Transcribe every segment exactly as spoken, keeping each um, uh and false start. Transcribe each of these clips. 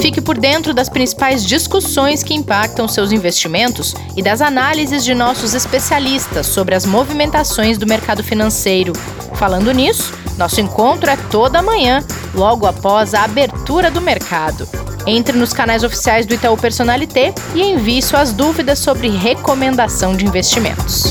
Fique por dentro das principais discussões que impactam seus investimentos e das análises de nossos especialistas sobre as movimentações do mercado financeiro. Falando nisso, nosso encontro é toda manhã, logo após a abertura do mercado. Entre nos canais oficiais do Itaú Personalité e envie suas dúvidas sobre recomendação de investimentos.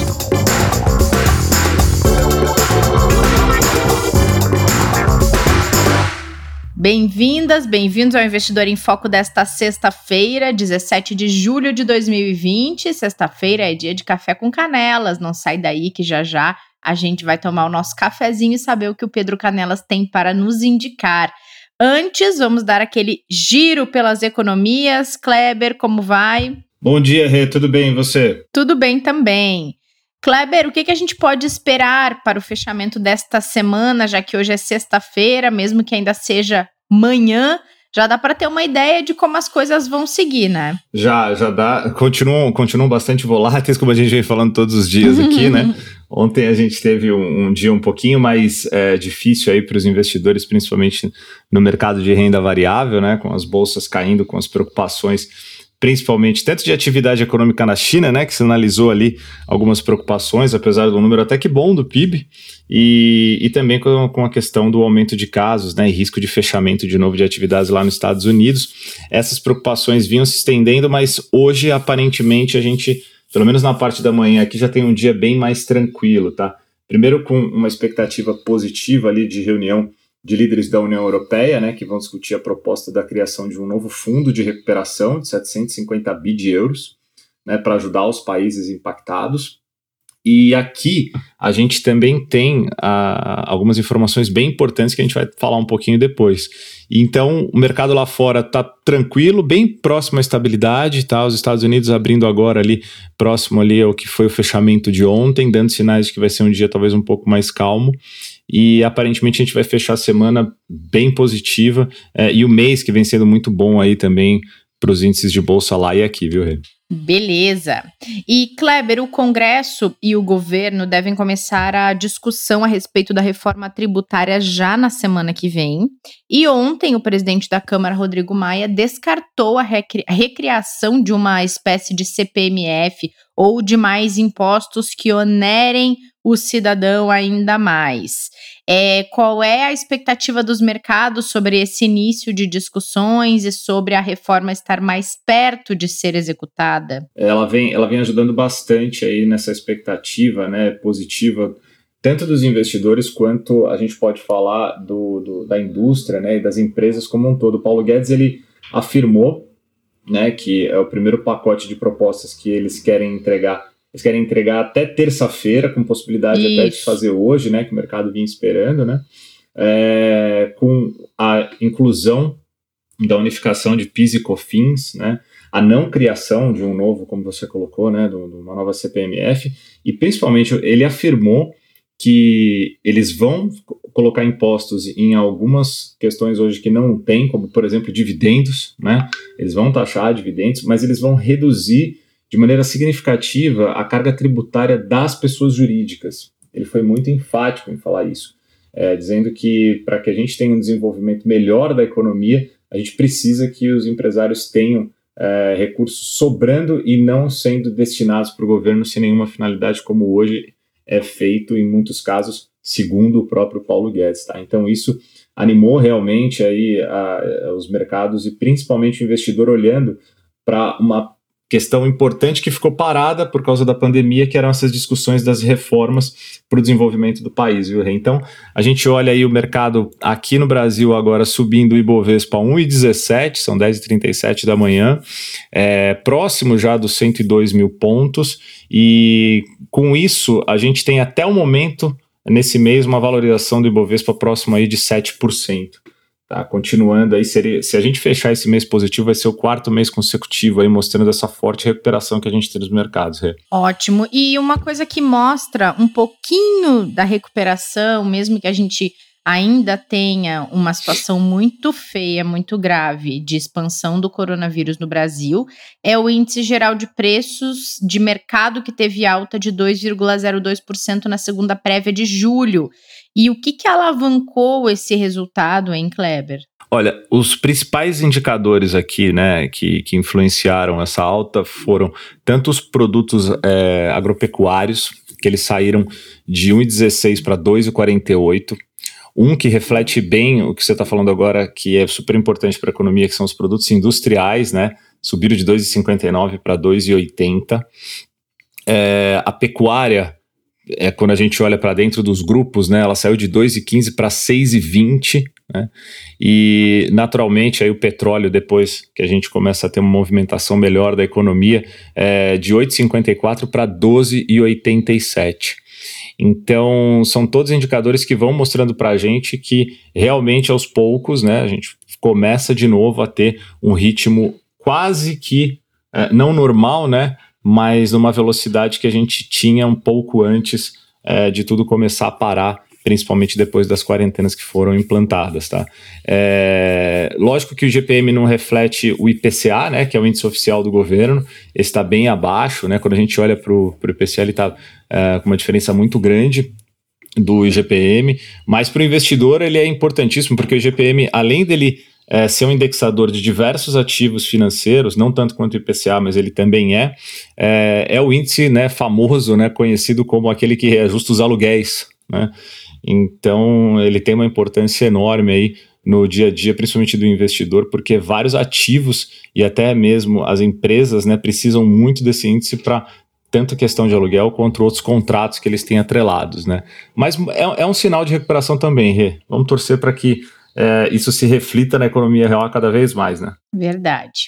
Bem-vindas, bem-vindos ao Investidor em Foco desta sexta-feira, dezessete de julho de dois mil e vinte. Sexta-feira é dia de café com canelas, não sai daí que já já a gente vai tomar o nosso cafezinho e saber o que o Pedro Canelas tem para nos indicar. Antes, vamos dar aquele giro pelas economias. Kleber, como vai? Bom dia, Rê, tudo bem e você? Tudo bem também. Kleber, o que, que a gente pode esperar para o fechamento desta semana, já que hoje é sexta-feira, mesmo que ainda seja manhã, já dá para ter uma ideia de como as coisas vão seguir, né? Já, já dá. Continuam, continuam bastante voláteis, como a gente vem falando todos os dias aqui, né? Ontem a gente teve um, um dia um pouquinho mais é, difícil aí para os investidores, principalmente no mercado de renda variável, né? Com as bolsas caindo, com as preocupações, principalmente tanto de atividade econômica na China, né, que sinalizou ali algumas preocupações, apesar do número até que bom do P I B, e, e também com, com a questão do aumento de casos, né, e risco de fechamento de novo de atividades lá nos Estados Unidos. Essas preocupações vinham se estendendo, mas hoje, aparentemente, a gente, pelo menos na parte da manhã aqui, já tem um dia bem mais tranquilo, tá? Primeiro com uma expectativa positiva ali de reunião de líderes da União Europeia, né, que vão discutir a proposta da criação de um novo fundo de recuperação de setecentos e cinquenta bi de euros, né, para ajudar os países impactados. E aqui a gente também tem ah, algumas informações bem importantes que a gente vai falar um pouquinho depois. Então, o mercado lá fora está tranquilo, bem próximo à estabilidade, tá? Os Estados Unidos abrindo agora ali, próximo ali ao que foi o fechamento de ontem, dando sinais de que vai ser um dia talvez um pouco mais calmo. E aparentemente a gente vai fechar a semana bem positiva, é, e o mês que vem sendo muito bom aí também para os índices de bolsa lá e aqui, viu, Rê? Beleza. E, Kleber, o Congresso e o governo devem começar a discussão a respeito da reforma tributária já na semana que vem. E ontem o presidente da Câmara, Rodrigo Maia, descartou a, recri- a recriação de uma espécie de C P M F ou de mais impostos que onerem o cidadão ainda mais. É, qual é a expectativa dos mercados sobre esse início de discussões e sobre a reforma estar mais perto de ser executada? Ela vem, ela vem ajudando bastante aí nessa expectativa, né, positiva, tanto dos investidores quanto a gente pode falar do, do, da indústria, né, e das empresas como um todo. O Paulo Guedes, ele afirmou, né, que é o primeiro pacote de propostas que eles querem entregar. Eles querem entregar até terça-feira, com possibilidade Isso. até de fazer hoje, né, que o mercado vinha esperando, né, é, com a inclusão da unificação de P I S e COFINS, né, a não criação de um novo, como você colocou, né, de uma nova C P M F, e principalmente ele afirmou que eles vão colocar impostos em algumas questões hoje que não tem, como, por exemplo, dividendos, né, eles vão taxar dividendos, mas eles vão reduzir de maneira significativa a carga tributária das pessoas jurídicas. Ele foi muito enfático em falar isso, é, dizendo que para que a gente tenha um desenvolvimento melhor da economia, a gente precisa que os empresários tenham é, recursos sobrando e não sendo destinados para o governo sem nenhuma finalidade, como hoje é feito em muitos casos, segundo o próprio Paulo Guedes. Tá? Então isso animou realmente aí a, a, os mercados e principalmente o investidor olhando para uma questão importante que ficou parada por causa da pandemia, que eram essas discussões das reformas para o desenvolvimento do país, viu, Rê? Então, a gente olha aí o mercado aqui no Brasil agora subindo o Ibovespa a um vírgula dezessete, são dez e trinta e sete da manhã, é, próximo já dos cento e dois mil pontos, e com isso a gente tem até o momento, nesse mês, uma valorização do Ibovespa próximo aí de sete por cento. Tá, continuando aí, seria, se a gente fechar esse mês positivo, vai ser o quarto mês consecutivo aí, mostrando essa forte recuperação que a gente tem nos mercados. Rê. Ótimo. E uma coisa que mostra um pouquinho da recuperação, mesmo que a gente ainda tenha uma situação muito feia, muito grave de expansão do coronavírus no Brasil, é o índice geral de preços de mercado, que teve alta de dois vírgula zero dois por cento na segunda prévia de julho. E o que que alavancou esse resultado, hein, Kleber? Olha, os principais indicadores aqui, né, que, que influenciaram essa alta foram tanto os produtos é, agropecuários, que eles saíram de um vírgula dezesseis para dois vírgula quarenta e oito. Um que reflete bem o que você está falando agora, que é super importante para a economia, que são os produtos industriais, né? Subiram de dois vírgula cinquenta e nove para dois vírgula oitenta. É, a pecuária, é, quando a gente olha para dentro dos grupos, né, ela saiu de dois vírgula quinze para seis vírgula vinte, né? E naturalmente aí o petróleo, depois que a gente começa a ter uma movimentação melhor da economia, é, de oito vírgula cinquenta e quatro para doze vírgula oitenta e sete. Então, são todos indicadores que vão mostrando para a gente que realmente aos poucos, né, a gente começa de novo a ter um ritmo quase que é, não normal, né, mas numa velocidade que a gente tinha um pouco antes é, de tudo começar a parar, principalmente depois das quarentenas que foram implantadas, tá? É, lógico que o I G P M não reflete o I P C A, né, que é o índice oficial do governo, esse está bem abaixo, né, quando a gente olha para o I P C A ele está é, com uma diferença muito grande do I G P M, mas para o investidor ele é importantíssimo, porque o I G P M, além dele é, ser um indexador de diversos ativos financeiros, não tanto quanto o I P C A, mas ele também é, é, é o índice, né, famoso, né, conhecido como aquele que reajusta os aluguéis, né? Então, ele tem uma importância enorme aí no dia a dia, principalmente do investidor, porque vários ativos e até mesmo as empresas, né, precisam muito desse índice para tanto questão de aluguel quanto outros contratos que eles têm atrelados, né? Mas é, é um sinal de recuperação também, Rê. Vamos torcer para que é, isso se reflita na economia real cada vez mais, né? Verdade.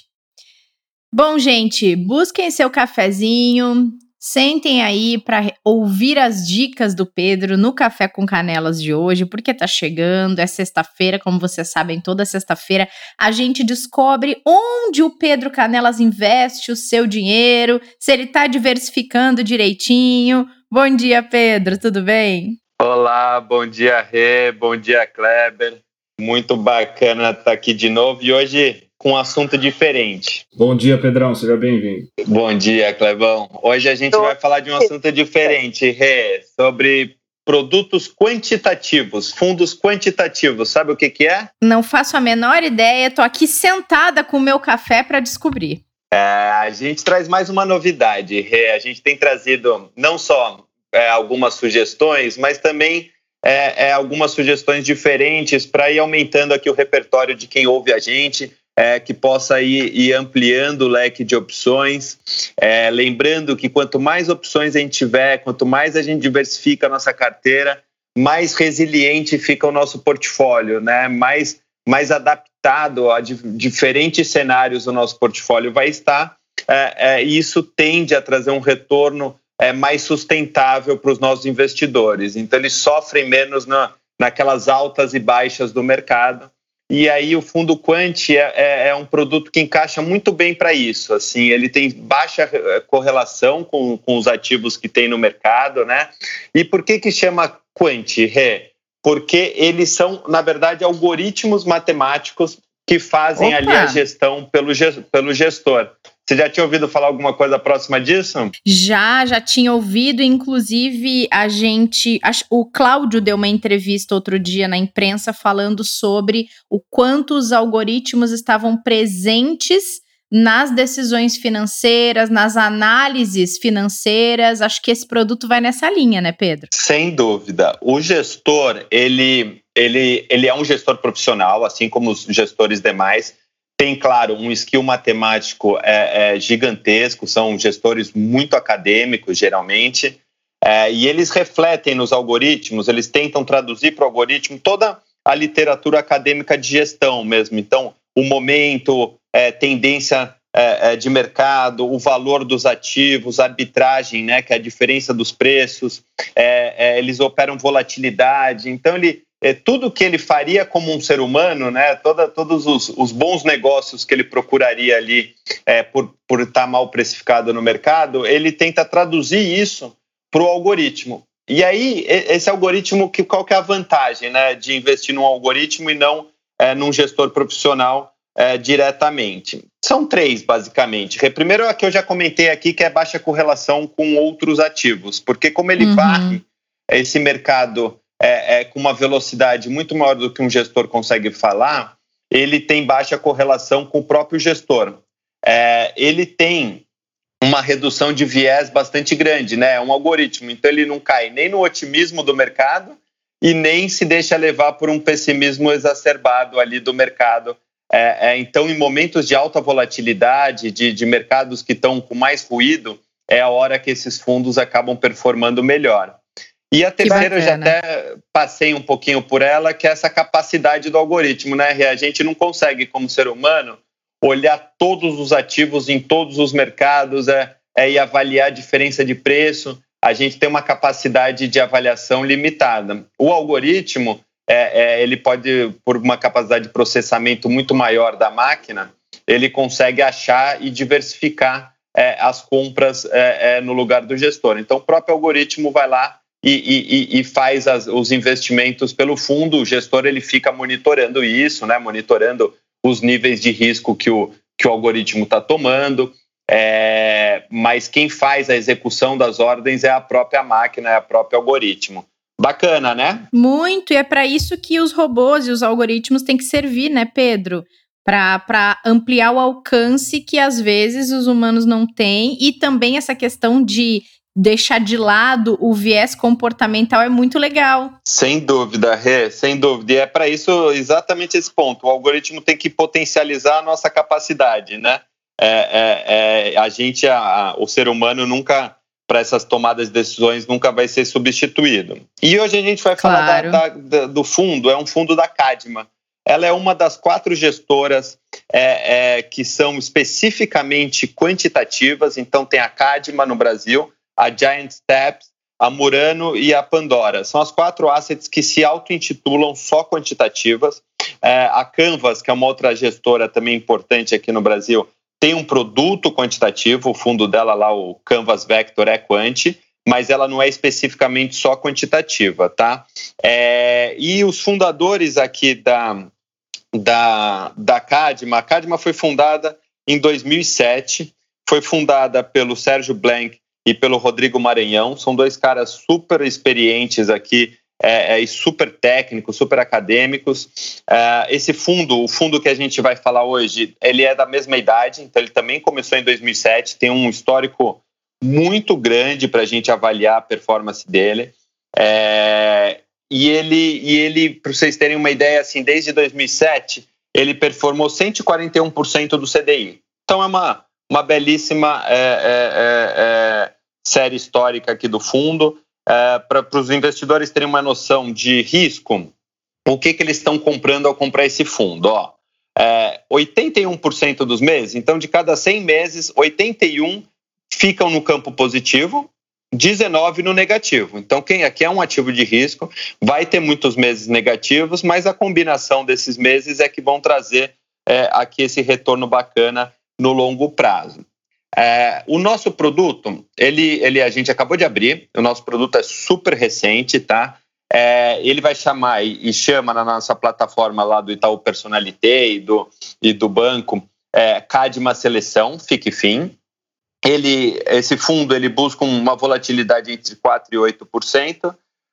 Bom, gente, busquem seu cafezinho. Sentem aí para ouvir as dicas do Pedro no Café com Canelas de hoje, porque tá chegando, é sexta-feira, como vocês sabem, toda sexta-feira a gente descobre onde o Pedro Canelas investe o seu dinheiro, se ele tá diversificando direitinho. Bom dia, Pedro, tudo bem? Olá, bom dia, Rê, bom dia, Kleber. Muito bacana estar aqui de novo e hoje com um assunto diferente. Bom dia, Pedrão, seja bem-vindo. Bom dia, Clebão. Hoje a gente vai falar de um assunto diferente, Rê, sobre produtos quantitativos, fundos quantitativos. Sabe o que que é? Não faço a menor ideia, tô aqui sentada com o meu café para descobrir. É, a gente traz mais uma novidade, Rê. A gente tem trazido não só é, algumas sugestões, mas também é, é, algumas sugestões diferentes para ir aumentando aqui o repertório de quem ouve a gente. É, que possa ir, ir ampliando o leque de opções. É, lembrando que quanto mais opções a gente tiver, quanto mais a gente diversifica a nossa carteira, mais resiliente fica o nosso portfólio, né? mais, mais adaptado a di- diferentes cenários o nosso portfólio vai estar, é, é, e isso tende a trazer um retorno é, mais sustentável para os nossos investidores. Então, eles sofrem menos na, naquelas altas e baixas do mercado. E aí o fundo Quant é, é, é um produto que encaixa muito bem para isso. Assim, ele tem baixa correlação com, com os ativos que tem no mercado, né? E por que que chama Quant, Rê? Porque eles são, na verdade, algoritmos matemáticos que fazem Opa. ali a gestão pelo, pelo gestor. Você já tinha ouvido falar alguma coisa próxima disso? Já, já tinha ouvido, inclusive a gente, o Cláudio deu uma entrevista outro dia na imprensa falando sobre o quanto os algoritmos estavam presentes nas decisões financeiras, nas análises financeiras. Acho que esse produto vai nessa linha, né, Pedro? Sem dúvida. O gestor, ele, ele, ele é um gestor profissional, assim como os gestores demais. Tem, claro, um skill matemático é, é, gigantesco, são gestores muito acadêmicos, geralmente, é, e eles refletem nos algoritmos, eles tentam traduzir para o algoritmo toda a literatura acadêmica de gestão mesmo. Então, o momento, é, tendência é, é, de mercado, o valor dos ativos, a arbitragem, né, que é a diferença dos preços, é, é, eles operam volatilidade, então ele... É, tudo que ele faria como um ser humano, né, toda, todos os, os bons negócios que ele procuraria ali é, por, por estar mal precificado no mercado, ele tenta traduzir isso para o algoritmo. E aí, esse algoritmo, que, qual que é a vantagem, né, de investir num algoritmo e não é, num gestor profissional é, diretamente? São três, basicamente. Primeiro é a que eu já comentei aqui, que é baixa correlação com outros ativos, porque como ele uhum. varre esse mercado... É, é, com uma velocidade muito maior do que um gestor consegue falar, ele tem baixa correlação com o próprio gestor. É, ele tem uma redução de viés bastante grande, né? É um algoritmo, então ele não cai nem no otimismo do mercado e nem se deixa levar por um pessimismo exacerbado ali do mercado. É, é, então, em momentos de alta volatilidade, de, de mercados que estão com mais ruído, é a hora que esses fundos acabam performando melhor. E a terceira, eu já até passei um pouquinho por ela, que é essa capacidade do algoritmo, né? A gente não consegue, como ser humano, olhar todos os ativos em todos os mercados é, é, e avaliar a diferença de preço. A gente tem uma capacidade de avaliação limitada. O algoritmo, é, é, ele pode, por uma capacidade de processamento muito maior da máquina, ele consegue achar e diversificar é, as compras é, é, no lugar do gestor. Então, o próprio algoritmo vai lá e, e, e faz as, os investimentos pelo fundo. O gestor ele fica monitorando isso, né? Monitorando os níveis de risco que o, que o algoritmo está tomando, é, mas quem faz a execução das ordens é a própria máquina, é o próprio algoritmo. Bacana, né? Muito, e é para isso que os robôs e os algoritmos têm que servir, né, Pedro? Para ampliar o alcance que às vezes os humanos não têm, e também essa questão de deixar de lado o viés comportamental é muito legal. Sem dúvida, Rê, sem dúvida. E é para isso exatamente esse ponto. O algoritmo tem que potencializar a nossa capacidade, né? É, é, é, a gente, a, a, o ser humano nunca, para essas tomadas de decisões, nunca vai ser substituído. E hoje a gente vai falar claro. da, da, do fundo, é um fundo da Cadma. Ela é uma das quatro gestoras é, é, que são especificamente quantitativas. Então tem a Cadma no Brasil, a Giant Steps, a Murano e a Pandora. São as quatro assets que se auto-intitulam só quantitativas. É, a Canvas, que é uma outra gestora também importante aqui no Brasil, tem um produto quantitativo, o fundo dela lá, o Canvas Vector, é Quant, mas ela não é especificamente só quantitativa, tá? É, e os fundadores aqui da, da, da Cadma, a Cadma foi fundada em dois mil e sete, foi fundada pelo Sérgio Blank e pelo Rodrigo Maranhão. São dois caras super experientes aqui é, é, e super técnicos, super acadêmicos. É, esse fundo, o fundo que a gente vai falar hoje, ele é da mesma idade, então ele também começou em dois mil e sete, tem um histórico muito grande para a gente avaliar a performance dele. É, e ele, e ele para vocês terem uma ideia, assim, desde dois mil e sete, ele performou cento e quarenta e um por cento do C D I. Então é uma, uma belíssima é, é, é, série histórica aqui do fundo. É, para os investidores terem uma noção de risco, o que, que eles estão comprando ao comprar esse fundo? Ó, é, oitenta e um por cento dos meses, então de cada cem meses, oitenta e um ficam no campo positivo, dezenove no negativo. Então quem aqui é um ativo de risco vai ter muitos meses negativos, mas a combinação desses meses é que vão trazer é, aqui esse retorno bacana no longo prazo. É, o nosso produto, ele, ele, a gente acabou de abrir, o nosso produto é super recente, tá? É, ele vai chamar e, e chama na nossa plataforma lá do Itaú Personalité e do, e do banco é, Cadma Seleção, Fique Fim. Ele, esse fundo ele busca uma volatilidade entre quatro por cento e oito por cento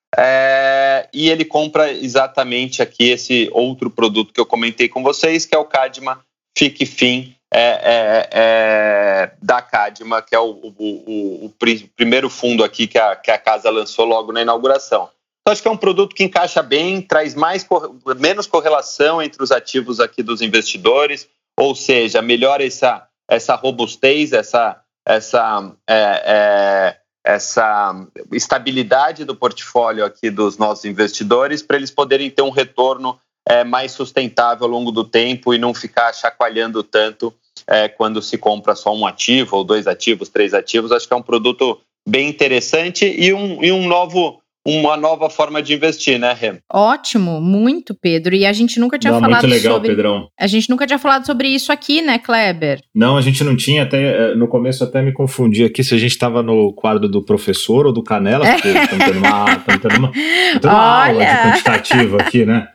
é, e ele compra exatamente aqui esse outro produto que eu comentei com vocês, que é o Cadma Fique Fim, É, é, é, da Cadma, que é o, o, o, o primeiro fundo aqui que a, que a casa lançou logo na inauguração. Então, acho que é um produto que encaixa bem, traz mais, menos correlação entre os ativos aqui dos investidores, ou seja, melhora essa, essa robustez, essa, essa, é, é, essa estabilidade do portfólio aqui dos nossos investidores, para eles poderem ter um retorno é, mais sustentável ao longo do tempo e não ficar chacoalhando tanto É, quando se compra só um ativo, ou dois ativos, três ativos. Acho que é um produto bem interessante e, um, e um novo, uma nova forma de investir, né, Rê? Ótimo, muito, Pedro. E a gente nunca tinha Não, falado muito legal, sobre... Pedrão. A gente nunca tinha falado sobre isso aqui, né, Kleber? Não, a gente não tinha, até no começo até me confundi aqui se a gente estava no quadro do professor ou do Canelas, porque estamos tendo uma, estamos tendo uma, tendo uma aula de quantitativo aqui, né?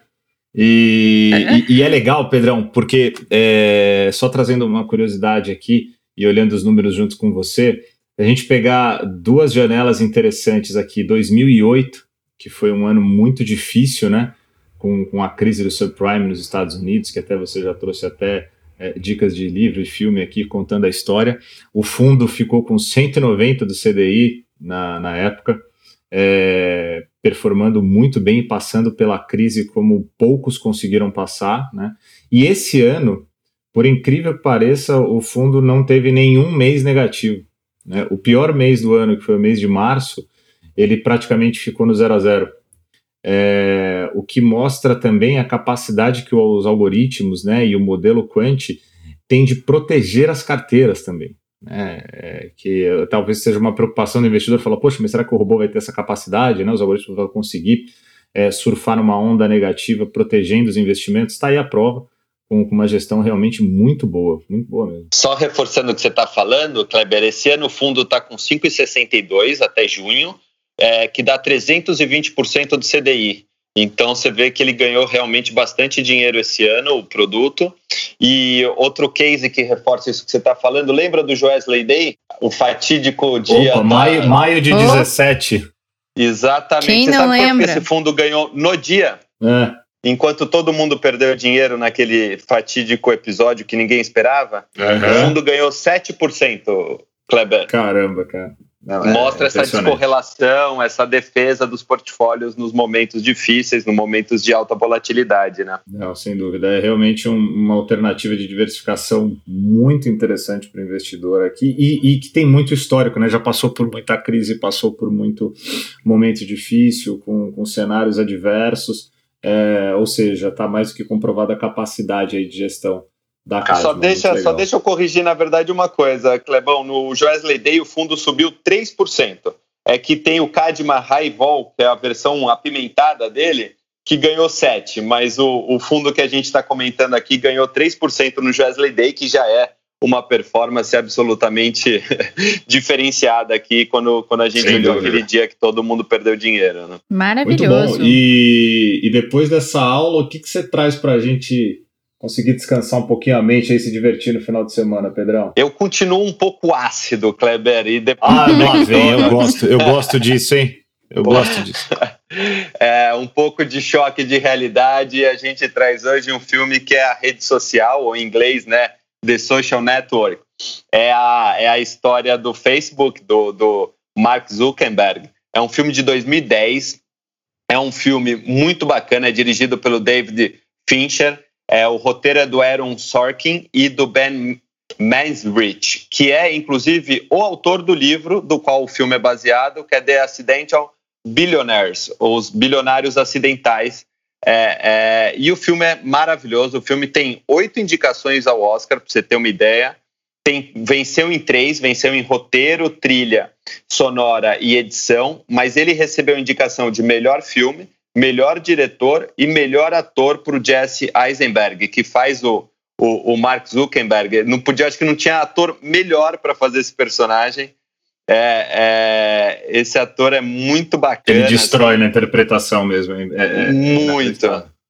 E, e, e é legal, Pedrão, porque é, só trazendo uma curiosidade aqui e olhando os números junto com você, a gente pegar duas janelas interessantes aqui, dois mil e oito, que foi um ano muito difícil, né? com, com a crise do subprime nos Estados Unidos, que até você já trouxe até é, dicas de livro e filme aqui contando a história. O fundo ficou com cento e noventa do C D I na, na época, é, performando muito bem, passando pela crise como poucos conseguiram passar, né? E esse ano, por incrível que pareça, o fundo não teve nenhum mês negativo, né? O pior mês do ano, que foi o mês de março, ele praticamente ficou no zero a zero. É, o que mostra também a capacidade que os algoritmos, né, e o modelo Quant tem de proteger as carteiras também, né? É, que talvez seja uma preocupação do investidor, falar, poxa, mas será que o robô vai ter essa capacidade, né? Os algoritmos vão conseguir é, surfar numa onda negativa, protegendo os investimentos? Está aí a prova, com uma gestão realmente muito boa, muito boa mesmo. Só reforçando o que você está falando, Kleber, esse ano o fundo está com cinco vírgula sessenta e dois até junho, é, que dá trezentos e vinte por cento do C D I. Então você vê que ele ganhou realmente bastante dinheiro esse ano, o produto. E outro case que reforça isso que você está falando, lembra do Joesley Day? O fatídico dia... Opa, da... maio, maio de dezessete. Exatamente. Quem você não sabe lembra? por que esse fundo ganhou no dia? É. Enquanto todo mundo perdeu dinheiro naquele fatídico episódio que ninguém esperava, Uhum. o fundo ganhou sete por cento, Kleber. Caramba, cara. Não, é Mostra essa descorrelação, essa defesa dos portfólios nos momentos difíceis, nos momentos de alta volatilidade, né? Não, sem dúvida. É realmente um, uma alternativa de diversificação muito interessante para o investidor aqui e, e que tem muito histórico, né? Já passou por muita crise, passou por muito momento difícil, com, com cenários adversos, é, ou seja, está mais do que comprovada a capacidade aí de gestão da casa. Só deixa, só deixa eu corrigir, na verdade, uma coisa, Clebão. No Joesley Day, o fundo subiu três por cento. É que tem o Cadma High Vol, que é a versão apimentada dele, que ganhou sete por cento. Mas o, o fundo que a gente está comentando aqui ganhou três por cento no Joesley Day, que já é uma performance absolutamente diferenciada aqui quando, quando a gente Sem olhou dúvida. aquele dia que todo mundo perdeu dinheiro, né? Maravilhoso. Muito bom. E, e depois dessa aula, o que, que você traz para a gente conseguir descansar um pouquinho a mente e se divertir no final de semana, Pedrão? Eu continuo um pouco ácido, Kleber. E depois Ah, lá vem, eu gosto, eu gosto disso, hein? Eu Pô. gosto disso. É, um pouco de choque de realidade. A gente traz hoje um filme que é a rede social, ou em inglês, né? The Social Network. É a, é a história do Facebook, do, do Mark Zuckerberg. É um filme de dois mil e dez. É um filme muito bacana, é dirigido pelo David Fincher. É, o roteiro é do Aaron Sorkin e do Ben Mansbridge, que é, inclusive, o autor do livro do qual o filme é baseado, que é The Accidental Billionaires, os bilionários acidentais. É, é, e o filme é maravilhoso. O filme tem oito indicações ao Oscar, para você ter uma ideia. Tem, venceu em três, venceu em roteiro, trilha, sonora e edição, mas ele recebeu indicação de melhor filme, melhor diretor e melhor ator para o Jesse Eisenberg, que faz o, o, o Mark Zuckerberg. Não podia, acho que não tinha ator melhor para fazer esse personagem. É, é, esse ator é muito bacana. Ele destrói assim, na interpretação mesmo. É, é, muito.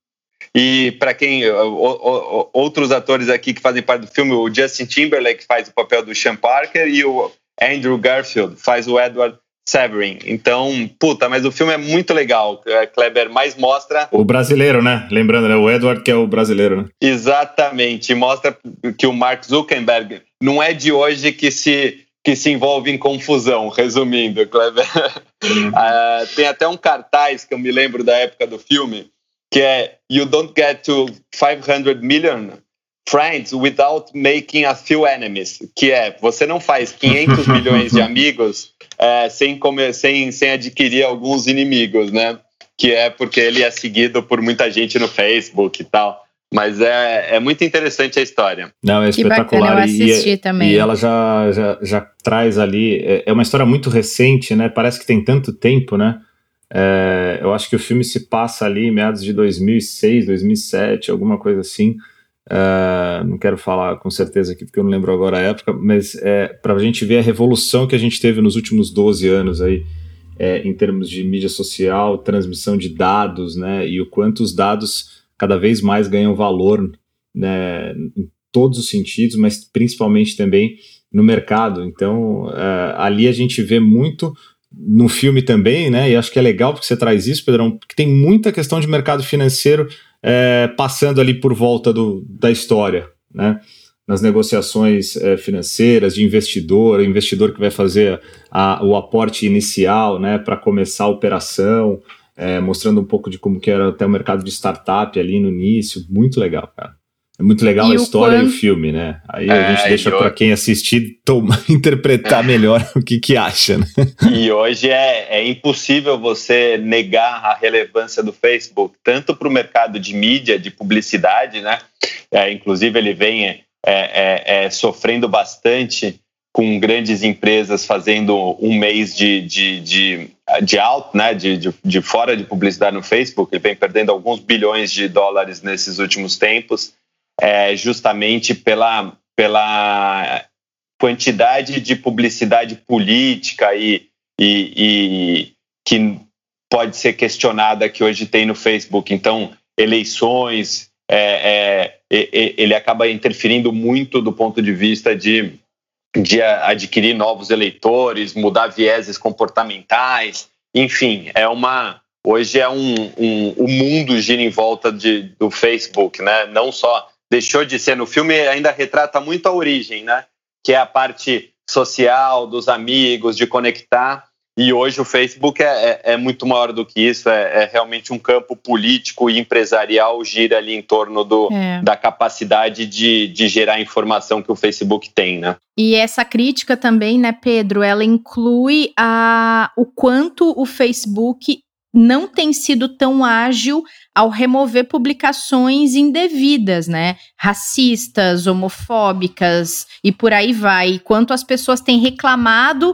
E para quem o, o, outros atores aqui que fazem parte do filme, o Justin Timberlake faz o papel do Sean Parker e o Andrew Garfield faz o Edward Severin. Então, puta, mas o filme é muito legal, Kleber, mas mostra... O brasileiro, né? Lembrando, né? O Edward que é o brasileiro, né? Exatamente. Mostra que o Mark Zuckerberg não é de hoje que se, que se envolve em confusão, resumindo, Kleber. Uhum. uh, tem até um cartaz que eu me lembro da época do filme, que é You don't get to five hundred million friends without making a few enemies, que é, você não faz quinhentos milhões de amigos é, sem, comer, sem, sem adquirir alguns inimigos, né? Que é porque ele é seguido por muita gente no Facebook e tal. Mas é, é muito interessante a história. Não, é que espetacular. Bacana, eu assisti e, também. E ela já, já, já traz ali, é, é uma história muito recente, né? Parece que tem tanto tempo, né? É, eu acho que o filme se passa ali em meados de dois mil e seis, dois mil e sete, alguma coisa assim. Uh, não quero falar com certeza aqui porque eu não lembro agora a época, mas é, para a gente ver a revolução que a gente teve nos últimos doze anos aí, é, em termos de mídia social, transmissão de dados, né, e o quanto os dados cada vez mais ganham valor, né, em todos os sentidos, mas principalmente também no mercado. Então uh, ali a gente vê muito no filme também, né? E acho que é legal porque você traz isso, Pedrão, porque tem muita questão de mercado financeiro é, passando ali por volta do, da história, né? Nas negociações é, financeiras, de investidor, investidor que vai fazer a, o aporte inicial, né, para começar a operação, é, mostrando um pouco de como que era até o mercado de startup ali no início. Muito legal, cara. É muito legal e a história quando... e o filme, né? Aí é, a gente deixa para quem assistir tomar, interpretar melhor o que, que acha, né? E hoje é, é impossível você negar a relevância do Facebook, tanto para o mercado de mídia, de publicidade, né? É, inclusive ele vem é, é, é, sofrendo bastante com grandes empresas fazendo um mês de, de, de, de out, né? De, de, de fora de publicidade no Facebook. Ele vem perdendo alguns bilhões de dólares nesses últimos tempos. É, justamente pela, pela quantidade de publicidade política e, e, e que pode ser questionada que hoje tem no Facebook. Então, eleições, é, é, ele acaba interferindo muito do ponto de vista de, de adquirir novos eleitores, mudar vieses comportamentais, enfim, é uma... Hoje é um, um, o mundo gira em volta de, do Facebook, né? Não só deixou de ser no filme, ainda retrata muito a origem, né? Que é a parte social, dos amigos, de conectar. E hoje o Facebook é, é, é muito maior do que isso, é, é realmente um campo político e empresarial, gira ali em torno do, é. da capacidade de, de gerar informação que o Facebook tem, né? E essa crítica também, né, Pedro, ela inclui a, o quanto o Facebook não tem sido tão ágil ao remover publicações indevidas, né? Racistas, homofóbicas e por aí vai. Quanto as pessoas têm reclamado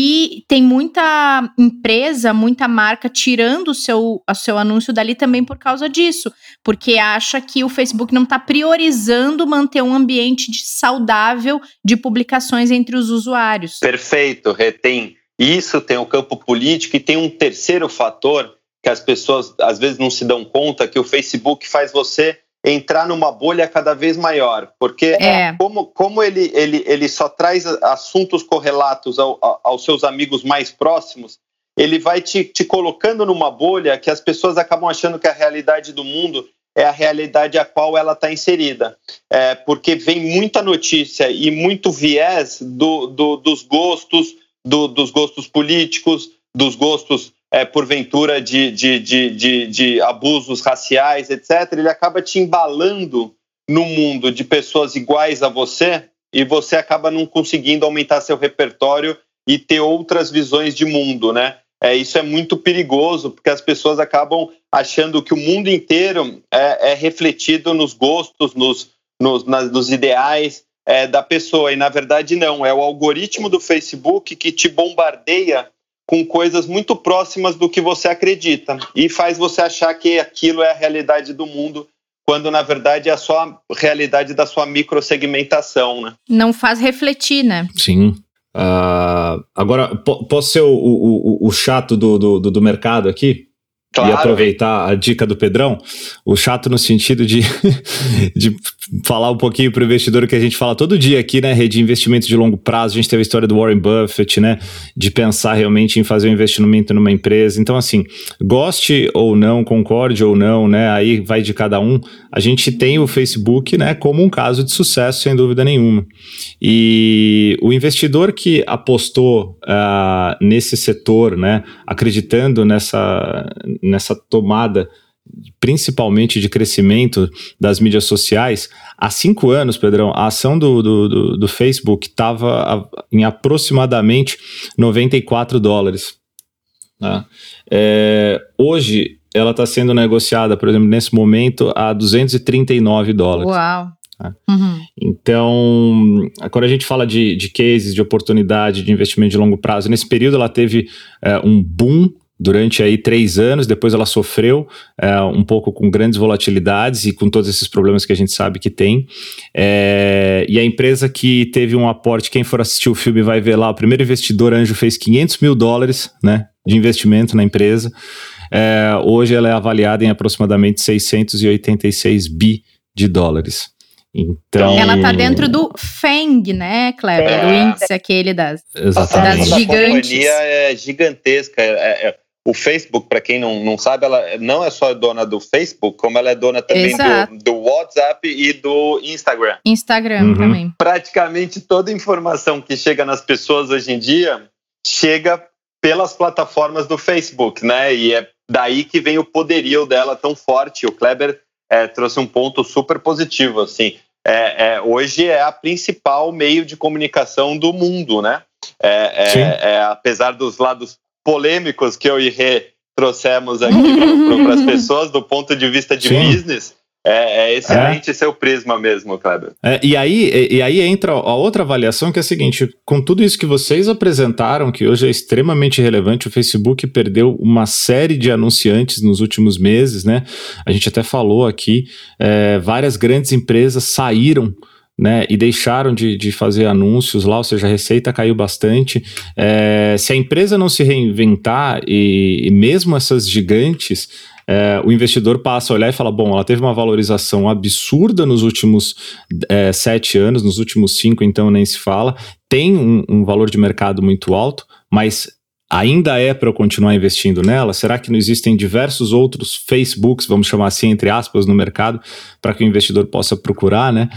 e tem muita empresa, muita marca tirando o seu, o seu anúncio dali também por causa disso, porque acha que o Facebook não está priorizando manter um ambiente de, saudável de publicações entre os usuários. Perfeito, retém. Isso tem o campo político e tem um terceiro fator que as pessoas às vezes não se dão conta, que o Facebook faz você entrar numa bolha cada vez maior, porque é. como, como ele, ele, ele só traz assuntos correlatos ao, aos seus amigos mais próximos, ele vai te, te colocando numa bolha que as pessoas acabam achando que a realidade do mundo é a realidade a qual ela está inserida, é, porque vem muita notícia e muito viés do, do, dos gostos, do, dos gostos políticos, dos gostos É, porventura de, de, de, de, de abusos raciais, etcétera, ele acaba te embalando no mundo de pessoas iguais a você e você acaba não conseguindo aumentar seu repertório e ter outras visões de mundo, né? É, isso é muito perigoso, porque as pessoas acabam achando que o mundo inteiro é, é refletido nos gostos, nos, nos, nas, nos ideais é, da pessoa, e na verdade não, é o algoritmo do Facebook que te bombardeia com coisas muito próximas do que você acredita e faz você achar que aquilo é a realidade do mundo, quando na verdade é só a realidade da sua microsegmentação, né? Não faz refletir, né? Sim. Uh, agora, po- posso ser o, o, o chato do, do, do mercado aqui? Claro. E aproveitar a dica do Pedrão, o chato no sentido de, de falar um pouquinho para o investidor que a gente fala todo dia aqui, né, rede de investimento de longo prazo. A gente teve a história do Warren Buffett, né, de pensar realmente em fazer um investimento numa empresa. Então, assim, goste ou não, concorde ou não, né, aí vai de cada um. A gente tem o Facebook, né, como um caso de sucesso, sem dúvida nenhuma. E o investidor que apostou uh, nesse setor, né, acreditando nessa... nessa tomada, principalmente de crescimento das mídias sociais, há cinco anos, Pedrão, a ação do, do, do, do Facebook estava em aproximadamente noventa e quatro dólares. Tá? É, hoje, ela está sendo negociada, por exemplo, nesse momento, a duzentos e trinta e nove dólares. Uau! Tá? Uhum. Então, quando a gente fala de, de cases, de oportunidade, de investimento de longo prazo, nesse período ela teve é, um boom durante aí três anos, depois ela sofreu é, um pouco com grandes volatilidades e com todos esses problemas que a gente sabe que tem. É, e a empresa que teve um aporte, quem for assistir o filme vai ver lá, o primeiro investidor anjo fez quinhentos mil dólares, né, de investimento na empresa. É, hoje ela é avaliada em aproximadamente seiscentos e oitenta e seis bi de dólares. Então, ela tá dentro do F A N G, né, Kleber? É. O índice aquele das, exatamente. das gigantes. A companhia é gigantesca. É, é, o Facebook, para quem não, não sabe, ela não é só dona do Facebook, como ela é dona também do, do WhatsApp e do Instagram. Instagram uhum. também. Praticamente toda informação que chega nas pessoas hoje em dia chega pelas plataformas do Facebook, né? E é daí que vem o poderio dela tão forte. O Kleber é, trouxe um ponto super positivo, assim. É, é, hoje é a principal meio de comunicação do mundo, né? É, é, é, apesar dos lados polêmicos que eu e Rê trouxemos aqui para as pessoas, do ponto de vista de Sim. business, é, é excelente é. seu prisma mesmo, Kleber. É, e, aí, e, e aí entra a outra avaliação, que é a seguinte: com tudo isso que vocês apresentaram, que hoje é extremamente relevante, o Facebook perdeu uma série de anunciantes nos últimos meses, né? A gente até falou aqui, é, várias grandes empresas saíram, né, e deixaram de, de fazer anúncios lá, ou seja, a receita caiu bastante. É, se a empresa não se reinventar, e, e mesmo essas gigantes, é, o investidor passa a olhar e fala, bom, ela teve uma valorização absurda nos últimos é, sete anos, nos últimos cinco, então nem se fala, tem um, um valor de mercado muito alto, mas ainda é para eu continuar investindo nela? Será que não existem diversos outros Facebooks, vamos chamar assim, entre aspas, no mercado, para que o investidor possa procurar, né?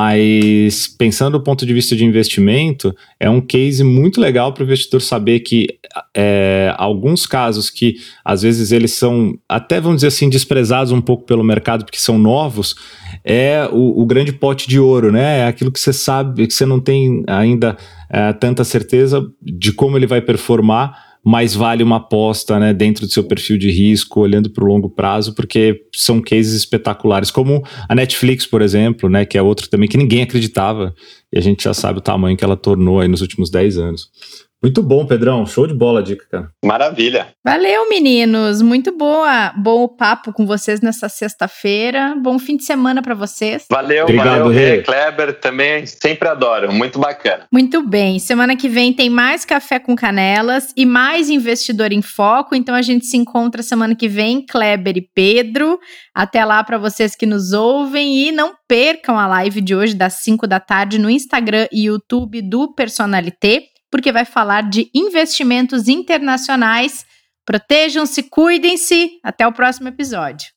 Mas pensando do ponto de vista de investimento, é um case muito legal para o investidor saber que é, alguns casos que às vezes eles são até, vamos dizer assim, desprezados um pouco pelo mercado porque são novos, é o, o grande pote de ouro, né? É aquilo que você sabe, que você não tem ainda é, tanta certeza de como ele vai performar, mas vale uma aposta, né, dentro do seu perfil de risco, olhando para o longo prazo, porque são cases espetaculares, como a Netflix, por exemplo, né, que é outro também que ninguém acreditava, e a gente já sabe o tamanho que ela tornou aí nos últimos dez anos. Muito bom, Pedrão. Show de bola a dica, cara. Maravilha. Valeu, meninos. Muito boa, bom o papo com vocês nessa sexta-feira. Bom fim de semana para vocês. Valeu, Obrigado, valeu, Rê. Kleber, também sempre adoro. Muito bacana. Muito bem. Semana que vem tem mais Café com Canelas e mais Investidor em Foco. Então a gente se encontra semana que vem, Kleber e Pedro. Até lá para vocês que nos ouvem e não percam a live de hoje das cinco da tarde no Instagram e YouTube do Personalité, porque vai falar de investimentos internacionais. Protejam-se, cuidem-se. Até o próximo episódio.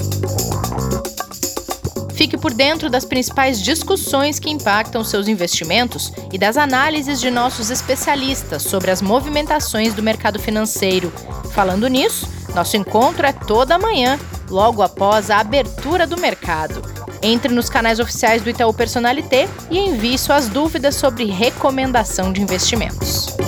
Fique por dentro das principais discussões que impactam seus investimentos e das análises de nossos especialistas sobre as movimentações do mercado financeiro. Falando nisso, nosso encontro é toda manhã, logo após a abertura do mercado. Entre nos canais oficiais do Itaú Personalité e envie suas dúvidas sobre recomendação de investimentos.